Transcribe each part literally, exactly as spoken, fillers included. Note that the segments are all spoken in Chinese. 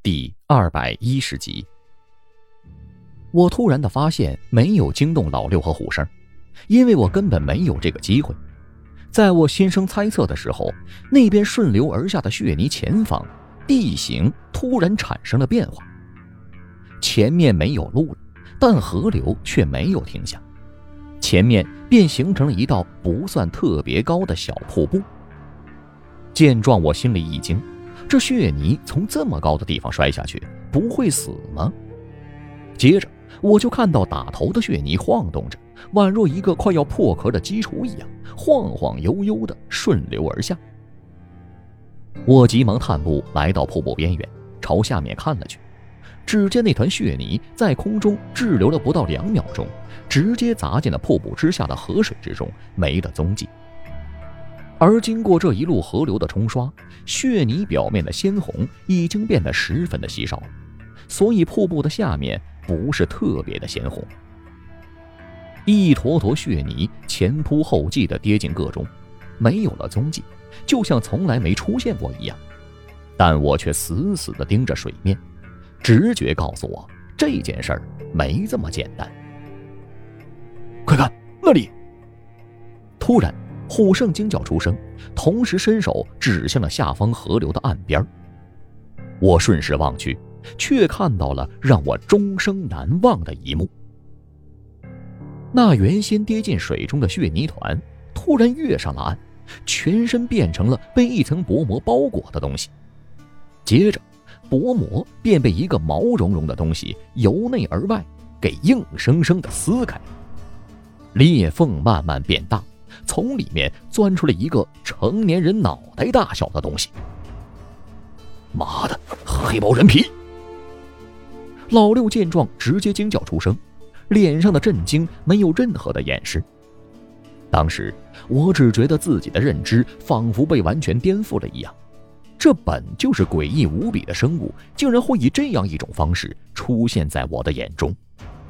第二百一十集。我突然的发现没有惊动老六和虎生，因为我根本没有这个机会。在我心生猜测的时候，那边顺流而下的血泥前方地形突然产生了变化，前面没有路了，但河流却没有停下，前面便形成了一道不算特别高的小瀑布。见状我心里一惊，这血泥从这么高的地方摔下去不会死吗？接着我就看到打头的血泥晃动着，宛若一个快要破壳的鸡雏一样，晃晃悠悠地顺流而下。我急忙探步来到瀑布边缘，朝下面看了去，只见那团血泥在空中滞留了不到两秒钟，直接砸进了瀑布之下的河水之中，没了踪迹。而经过这一路河流的冲刷，血泥表面的鲜红已经变得十分的稀少，所以瀑布的下面不是特别的鲜红。一坨坨血泥前仆后继地跌进个中，没有了踪迹，就像从来没出现过一样。但我却死死地盯着水面，直觉告诉我这件事儿没这么简单。快看那里！突然虎胜惊叫出声，同时伸手指向了下方河流的岸边。我顺势望去，却看到了让我终生难忘的一幕。那原先跌进水中的血泥团突然跃上了岸，全身变成了被一层薄膜包裹的东西，接着薄膜便被一个毛茸茸的东西由内而外给硬生生地撕开，裂缝慢慢变大，从里面钻出了一个成年人脑袋大小的东西。妈的，黑毛人皮！老六见状直接惊叫出声，脸上的震惊没有任何的掩饰。当时我只觉得自己的认知仿佛被完全颠覆了一样，这本就是诡异无比的生物，竟然会以这样一种方式出现在我的眼中。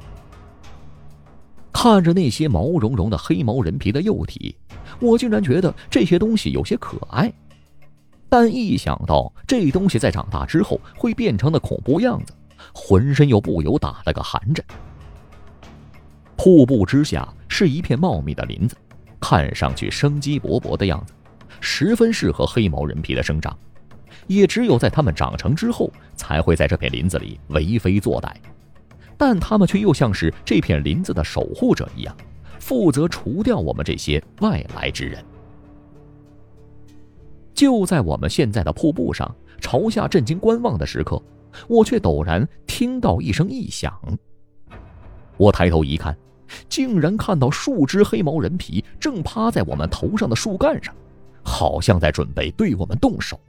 看着那些毛茸茸的黑毛人皮的幼体，我竟然觉得这些东西有些可爱，但一想到这东西在长大之后会变成的恐怖样子，浑身又不由打了个寒颤。瀑布之下是一片茂密的林子，看上去生机勃勃的样子，十分适合黑毛人皮的生长，也只有在它们长成之后才会在这片林子里为非作歹，但他们却又像是这片林子的守护者一样，负责除掉我们这些外来之人。就在我们现在的瀑布上朝下震惊观望的时刻，我却陡然听到一声异响。我抬头一看，竟然看到数只黑毛人皮正趴在我们头上的树干上，好像在准备对我们动手。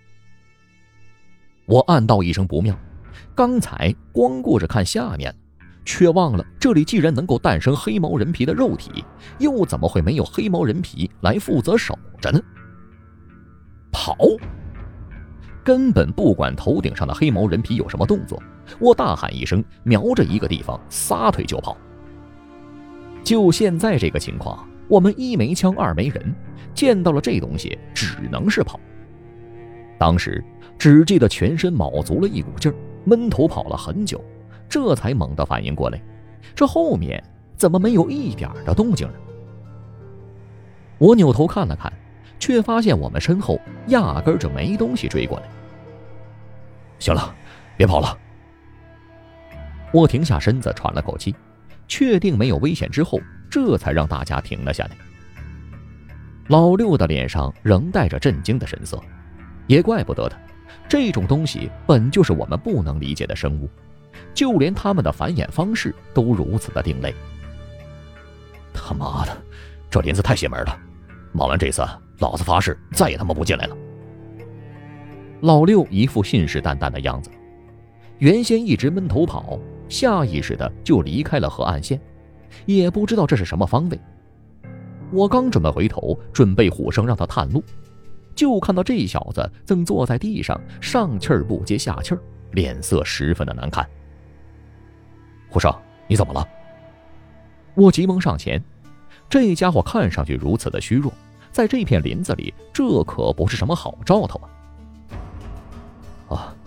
我暗道一声不妙，刚才光顾着看下面了，却忘了这里既然能够诞生黑毛人皮的肉体，又怎么会没有黑毛人皮来负责守着呢？跑！根本不管头顶上的黑毛人皮有什么动作，我大喊一声，瞄着一个地方撒腿就跑。就现在这个情况，我们一没枪二没人，见到了这东西只能是跑。当时只记得全身卯足了一股劲儿，闷头跑了很久，这才猛地反应过来，这后面怎么没有一点的动静呢？我扭头看了看，却发现我们身后压根儿就没东西追过来。行了，别跑了。我停下身子喘了口气，确定没有危险之后，这才让大家停了下来。老六的脸上仍带着震惊的神色，也怪不得他，这种东西本就是我们不能理解的生物，就连他们的繁衍方式都如此的另类。他妈的，这林子太邪门了，忙完这次老子发誓再也他妈不进来了。老六一副信誓旦旦的样子，原先一直闷头跑，下意识的就离开了河岸线，也不知道这是什么方位。我刚准备回头准备虎生让他探路，就看到这小子正坐在地上，上气儿不接下气儿，脸色十分的难看。虎生，你怎么了？我急忙上前，这家伙看上去如此的虚弱，在这片林子里，这可不是什么好兆头啊！啊，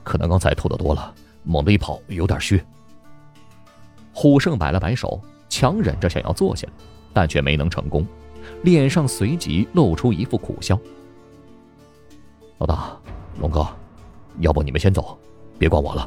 可能刚才吐得多了，猛地一跑有点虚。 虎胜摆了摆手，强忍着想要坐下来，但却没能成功，脸上随即露出一副苦笑。 老大，龙哥，要不你们先走，别管我了。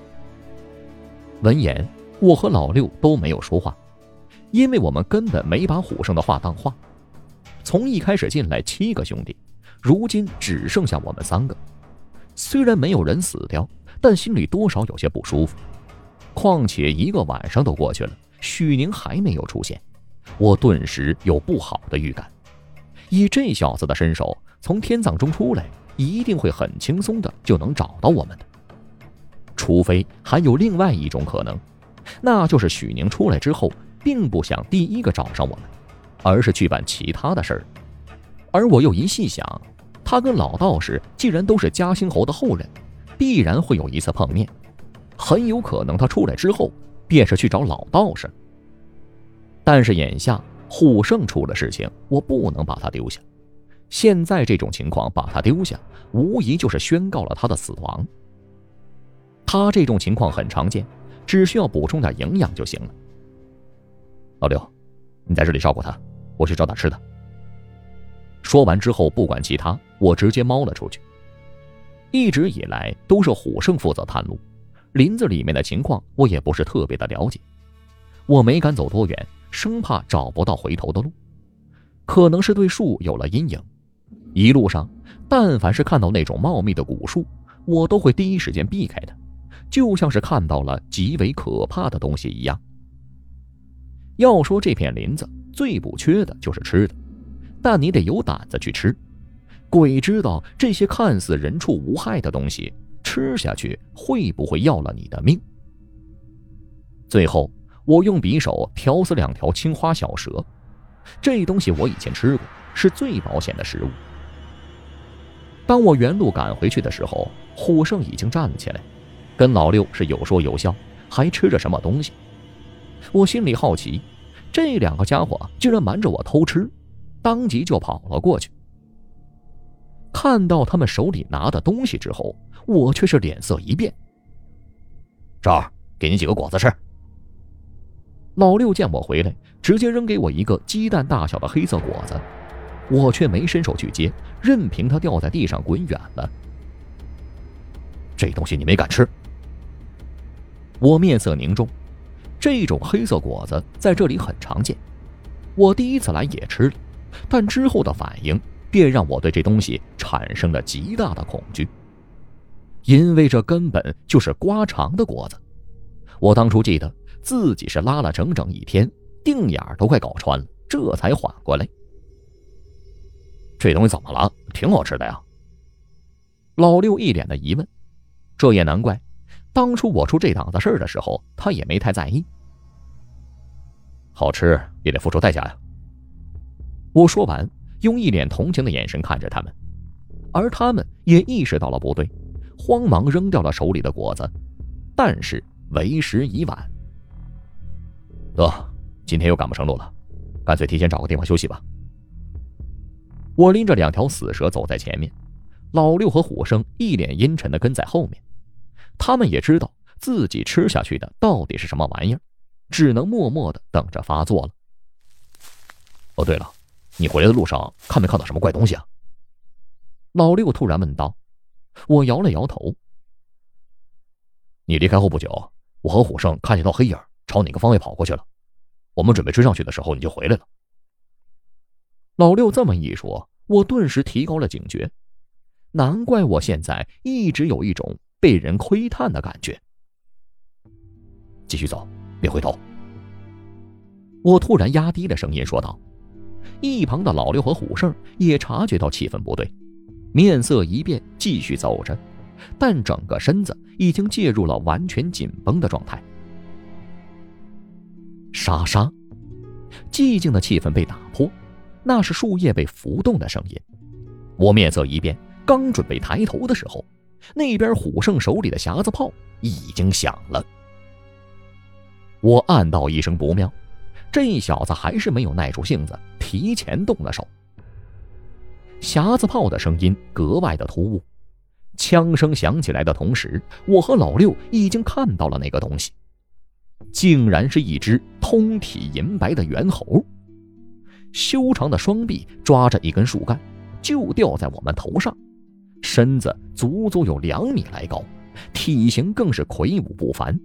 闻言，我和老六都没有说话，因为我们根本没把虎胜的话当话。从一开始进来七个兄弟，如今只剩下我们三个。虽然没有人死掉，但心里多少有些不舒服。况且一个晚上都过去了，许宁还没有出现，我顿时有不好的预感。以这小子的身手，从天葬中出来，一定会很轻松的就能找到我们的。除非还有另外一种可能，那就是许宁出来之后，并不想第一个找上我们，而是去办其他的事儿。而我又一细想，他跟老道士既然都是嘉兴侯的后人，必然会有一次碰面，很有可能他出来之后便是去找老道士。但是眼下虎胜出了事情，我不能把他丢下。现在这种情况把他丢下，无疑就是宣告了他的死亡。他这种情况很常见，只需要补充点营养就行了。 老六，你在这里照顾他，我去找点吃的。 说完之后，不管其他，我直接猫了出去。一直以来都是虎胜负责探路，林子里面的情况我也不是特别的了解，我没敢走多远，生怕找不到回头的路。可能是对树有了阴影，一路上但凡是看到那种茂密的古树，我都会第一时间避开的，就像是看到了极为可怕的东西一样。要说这片林子最不缺的就是吃的，但你得有胆子去吃。鬼知道这些看似人畜无害的东西吃下去会不会要了你的命。最后我用匕首挑死两条青花小蛇，这东西我以前吃过，是最保险的食物。当我原路赶回去的时候，虎胜已经站了起来，跟老六是有说有笑，还吃着什么东西。我心里好奇，这两个家伙居然瞒着我偷吃，当即就跑了过去。看到他们手里拿的东西之后，我却是脸色一变。 这儿给你几个果子吃。 老六见我回来，直接扔给我一个鸡蛋大小的黑色果子，我却没伸手去接，任凭它掉在地上滚远了。 这东西你没敢吃。 我面色凝重，这种黑色果子在这里很常见，我第一次来也吃了，但之后的反应便让我对这东西产生了极大的恐惧，因为这根本就是刮肠的果子。我当初记得自己是拉了整整一天，腚眼都快搞穿了，这才缓过来。 这东西怎么了？挺好吃的呀。 老六一脸的疑问，这也难怪，当初我出这档子事儿的时候，他也没太在意。 好吃也得付出代价呀。 我说完，用一脸同情的眼神看着他们，而他们也意识到了不对，慌忙扔掉了手里的果子，但是为时已晚。 得，今天又赶不成路了，干脆提前找个地方休息吧。 我拎着两条死蛇走在前面，老六和虎生一脸阴沉地跟在后面。他们也知道自己吃下去的到底是什么玩意儿，只能默默地等着发作了。 哦，对了，你回来的路上看没看到什么怪东西啊？ 老六突然问道。我摇了摇头。 你离开后不久，我和虎生看见道黑影朝哪个方位跑过去了，我们准备追上去的时候你就回来了。 老六这么一说，我顿时提高了警觉，难怪我现在一直有一种被人窥探的感觉。 继续走，别回头。 我突然压低了声音说道。一旁的老六和虎胜也察觉到气氛不对，面色一变，继续走着，但整个身子已经介入了完全紧绷的状态。沙沙，寂静的气氛被打破，那是树叶被浮动的声音。我面色一变，刚准备抬头的时候，那边虎胜手里的匣子炮已经响了。我暗道一声不妙，这小子还是没有耐住性子，提前动了手。匣子炮的声音格外的突兀， 枪声响起来的同时，我和老六已经看到了那个东西，竟然是一只通体银白的猿猴，修长的双臂抓着一根树干，就吊在我们头上，身子足足有两米来高，体型更是魁梧不凡。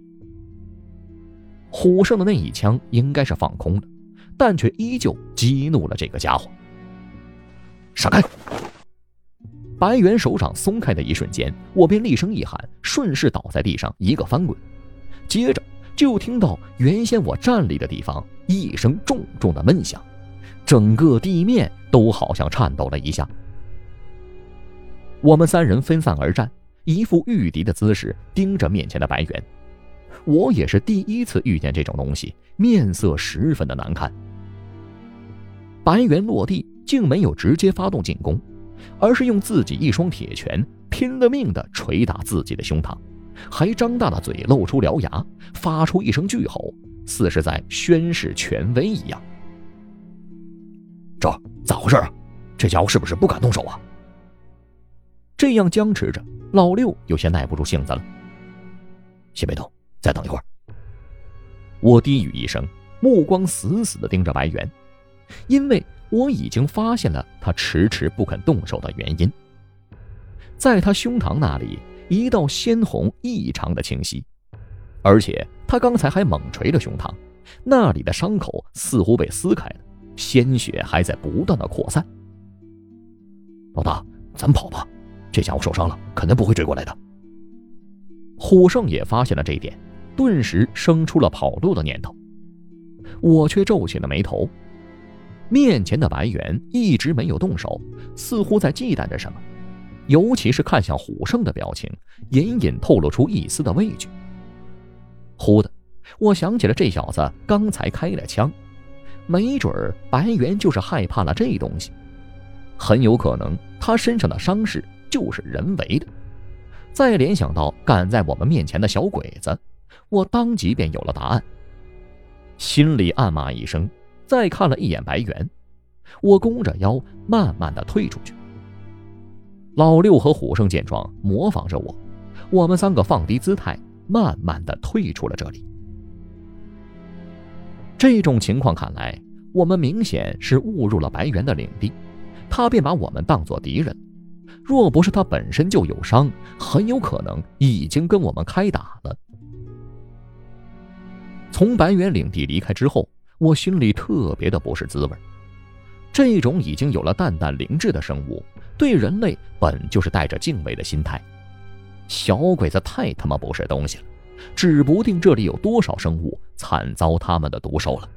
虎胜的那一枪应该是放空了，但却依旧激怒了这个家伙。闪开！白猿手掌松开的一瞬间，我便厉声一喊，顺势倒在地上一个翻滚，接着就听到原先我站立的地方一声重重的闷响，整个地面都好像颤抖了一下。我们三人分散而战，一副御敌的姿势盯着面前的白猿。我也是第一次遇见这种东西，面色十分的难看。白猿落地竟没有直接发动进攻，而是用自己一双铁拳拼了命地捶打自己的胸膛，还张大了嘴，露出獠牙，发出一声巨吼，似是在宣示权威一样。 这咋回事啊？这家伙是不是不敢动手啊？ 这样僵持着，老六有些耐不住性子了。 先别动，再等一会儿。 我低语一声，目光死死地盯着白猿，因为我已经发现了他迟迟不肯动手的原因。在他胸膛那里，一道鲜红异常的清晰，而且他刚才还猛捶着胸膛，那里的伤口似乎被撕开了，鲜血还在不断的扩散。 老大，咱们跑吧，这家伙受伤了，肯定不会追过来的。 虎胜也发现了这一点，顿时生出了跑路的念头。我却皱起了眉头。面前的白猿一直没有动手，似乎在忌惮着什么，尤其是看向虎胜的表情，隐隐透露出一丝的畏惧。忽的，我想起了这小子刚才开了枪，没准儿白猿就是害怕了这东西，很有可能他身上的伤势就是人为的。再联想到赶在我们面前的小鬼子，我当即便有了答案，心里暗骂一声，再看了一眼白猿，我弓着腰慢慢的退出去。老六和虎胜见状模仿着我，我们三个放低姿态，慢慢的退出了这里。这种情况看来，我们明显是误入了白猿的领地，他便把我们当作敌人，若不是他本身就有伤，很有可能已经跟我们开打了。从白猿领地离开之后，我心里特别的不是滋味。这种已经有了淡淡灵智的生物，对人类本就是带着敬畏的心态。小鬼子太他妈不是东西了，指不定这里有多少生物惨遭他们的毒手了。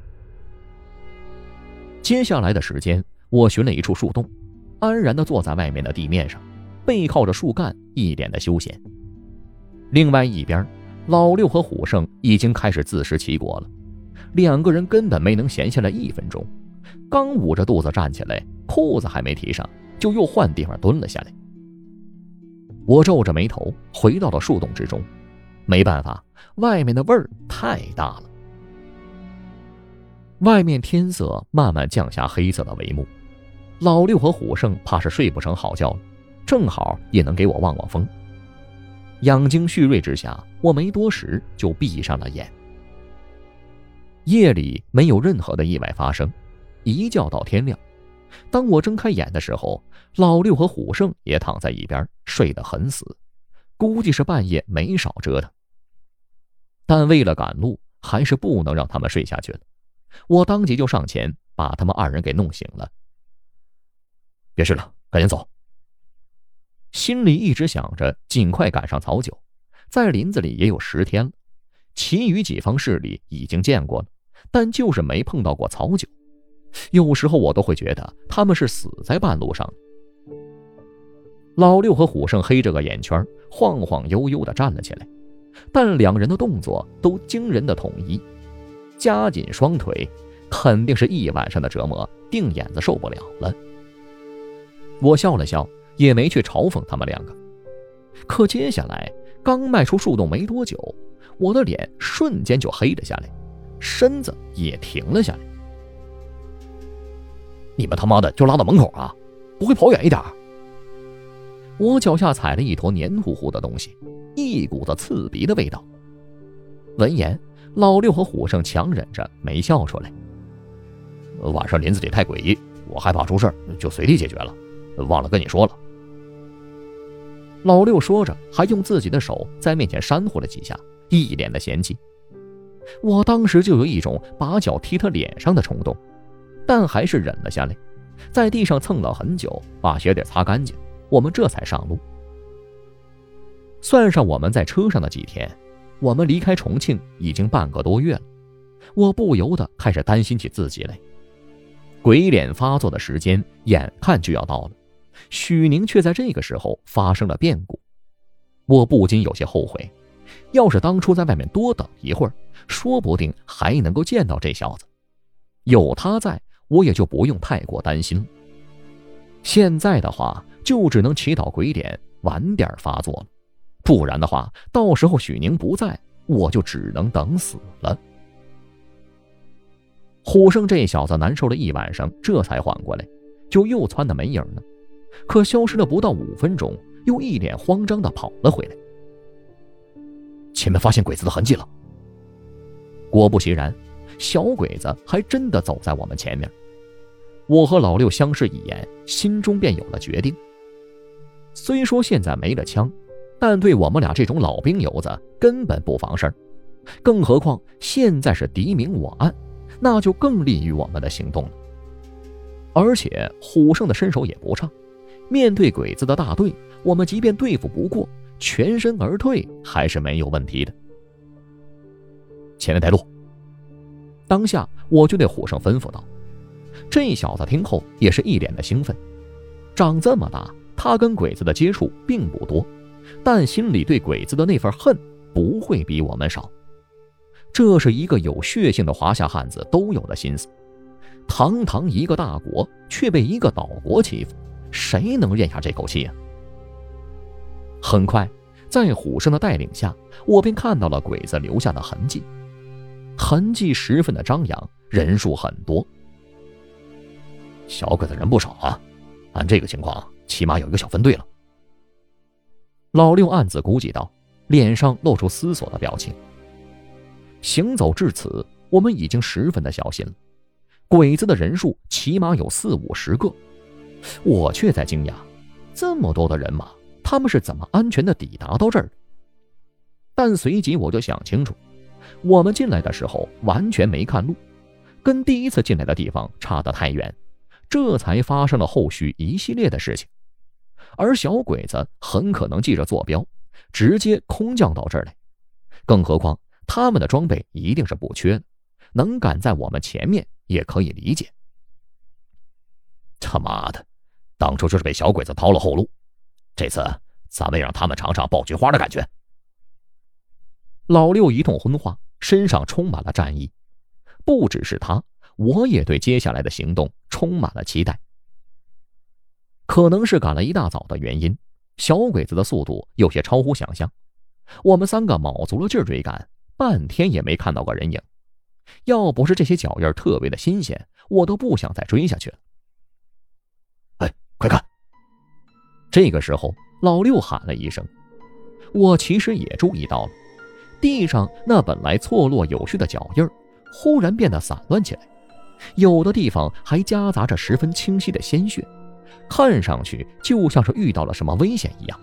接下来的时间，我寻了一处树洞，安然地坐在外面的地面上，背靠着树干，一脸的休闲。另外一边，老六和虎胜已经开始自食其果了，两个人根本没能闲下来一分钟，刚捂着肚子站起来，裤子还没提上，就又换地方蹲了下来。我皱着眉头回到了树洞之中，没办法，外面的味儿太大了。外面天色慢慢降下黑色的帷幕，老六和虎胜怕是睡不成好觉了，正好也能给我望望风。养精蓄锐之下，我没多时就闭上了眼。夜里没有任何的意外发生，一觉到天亮。当我睁开眼的时候，老六和虎胜也躺在一边睡得很死，估计是半夜没少折腾。但为了赶路，还是不能让他们睡下去了。我当即就上前把他们二人给弄醒了。 别睡了，赶紧走。 心里一直想着尽快赶上曹九，在林子里也有十天了，其余几方势力已经见过了，但就是没碰到过曹九。有时候我都会觉得他们是死在半路上。老六和虎胜黑着个眼圈，晃晃悠悠地站了起来，但两人的动作都惊人的统一，夹紧双腿，肯定是一晚上的折磨，定眼子受不了了。我笑了笑，也没去嘲讽他们两个。可接下来刚迈出树洞没多久，我的脸瞬间就黑了下来，身子也停了下来。 你们他妈的就拉到门口啊，不会跑远一点？ 我脚下踩了一坨黏糊糊的东西，一股子刺鼻的味道。闻言，老六和虎生强忍着没笑出来。 晚上林子里太诡异，我害怕出事，就随地解决了，忘了跟你说了。 老六说着，还用自己的手在面前扇呼了几下，一脸的嫌弃。我当时就有一种把脚踢他脸上的冲动，但还是忍了下来，在地上蹭了很久，把鞋底擦干净，我们这才上路。算上我们在车上的几天，我们离开重庆已经半个多月了，我不由得开始担心起自己来。鬼脸发作的时间眼看就要到了，许宁却在这个时候发生了变故，我不禁有些后悔，要是当初在外面多等一会儿，说不定还能够见到这小子。有他在，我也就不用太过担心了。现在的话，就只能祈祷鬼脸晚点发作了，不然的话，到时候许宁不在，我就只能等死了。虎生这小子难受了一晚上，这才缓过来，就又窜得没影了。可消失了不到五分钟，又一脸慌张地跑了回来。 前面发现鬼子的痕迹了。 果不其然，小鬼子还真的走在我们前面。我和老六相视一眼，心中便有了决定。虽说现在没了枪，但对我们俩这种老兵油子根本不妨事儿，更何况现在是敌明我暗，那就更利于我们的行动了。而且虎生的身手也不差，面对鬼子的大队，我们即便对付不过，全身而退还是没有问题的。 前面带路。 当下我就对虎生吩咐道。这小子听后也是一脸的兴奋，长这么大，他跟鬼子的接触并不多，但心里对鬼子的那份恨不会比我们少。这是一个有血性的华夏汉子都有的心思。堂堂一个大国，却被一个岛国欺负，谁能咽下这口气啊？很快，在虎生的带领下，我便看到了鬼子留下的痕迹，痕迹十分的张扬，人数很多。 小鬼子人不少啊，按这个情况，起码有一个小分队了。 老六暗自估计道，脸上露出思索的表情。行走至此，我们已经十分的小心了。鬼子的人数起码有四五十个，我却在惊讶，这么多的人马，他们是怎么安全的抵达到这儿的？但随即我就想清楚，我们进来的时候完全没看路，跟第一次进来的地方差得太远，这才发生了后续一系列的事情。而小鬼子很可能记着坐标，直接空降到这儿来，更何况他们的装备一定是不缺的，能赶在我们前面也可以理解。 他妈的，当初就是被小鬼子掏了后路，这次咱们让他们尝尝爆菊花的感觉。 老六一通荤话，身上充满了战意。不只是他，我也对接下来的行动充满了期待。可能是赶了一大早的原因，小鬼子的速度有些超乎想象，我们三个卯足了劲追赶，半天也没看到个人影。要不是这些脚印特别的新鲜，我都不想再追下去了。 哎，快看！ 这个时候，老六喊了一声，我其实也注意到了，地上那本来错落有序的脚印忽然变得散乱起来，有的地方还夹杂着十分清晰的鲜血，看上去就像是遇到了什么危险一样。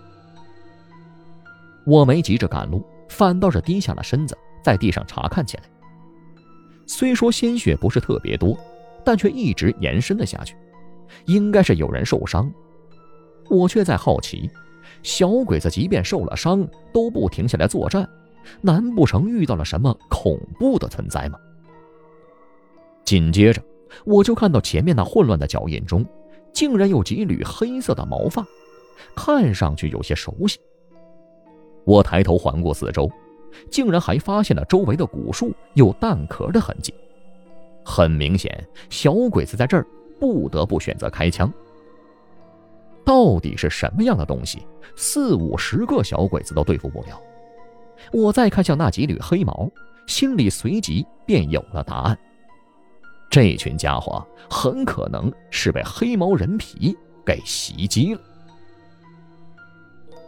我没急着赶路，反倒是低下了身子，在地上查看起来。虽说鲜血不是特别多，但却一直延伸了下去，应该是有人受伤。我却在好奇，小鬼子即便受了伤都不停下来作战，难不成遇到了什么恐怖的存在吗？紧接着我就看到前面那混乱的脚印中竟然有几缕黑色的毛发，看上去有些熟悉。我抬头环顾四周，竟然还发现了周围的古树有弹壳的痕迹。很明显，小鬼子在这儿不得不选择开枪。到底是什么样的东西，四五十个小鬼子都对付不了？我再看向那几缕黑毛，心里随即便有了答案。这群家伙很可能是被黑毛人皮给袭击了。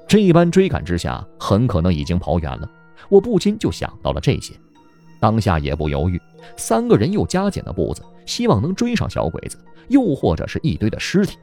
这般追赶之下，很可能已经跑远了。我不禁就想到了这些，当下也不犹豫，三个人又加紧了步子，希望能追上小鬼子，又或者是一堆的尸体。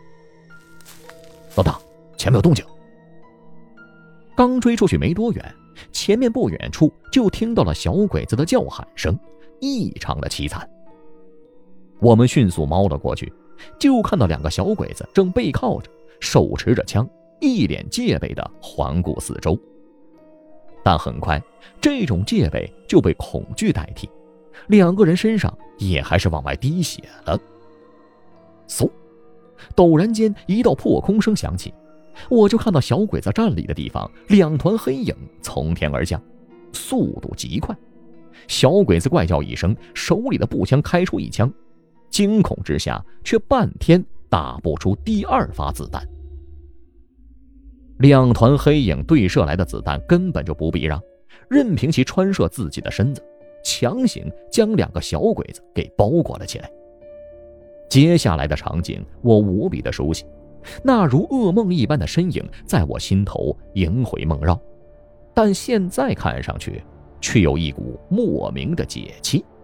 老大，前面有动静。 刚追出去没多远，前面不远处就听到了小鬼子的叫喊声，异常的凄惨。我们迅速猫了过去，就看到两个小鬼子正背靠着，手持着枪，一脸戒备地环顾四周。但很快，这种戒备就被恐惧代替，两个人身上也还是往外滴血了。嗖！陡然间，一道破空声响起，我就看到小鬼子站立的地方，两团黑影从天而降，速度极快。小鬼子怪叫一声，手里的步枪开出一枪，惊恐之下，却半天打不出第二发子弹。两团黑影对射来的子弹根本就不避让，任凭其穿射自己的身子，强行将两个小鬼子给包裹了起来。接下来的场景我无比的熟悉，那如噩梦一般的身影在我心头萦回梦绕，但现在看上去却有一股莫名的解气。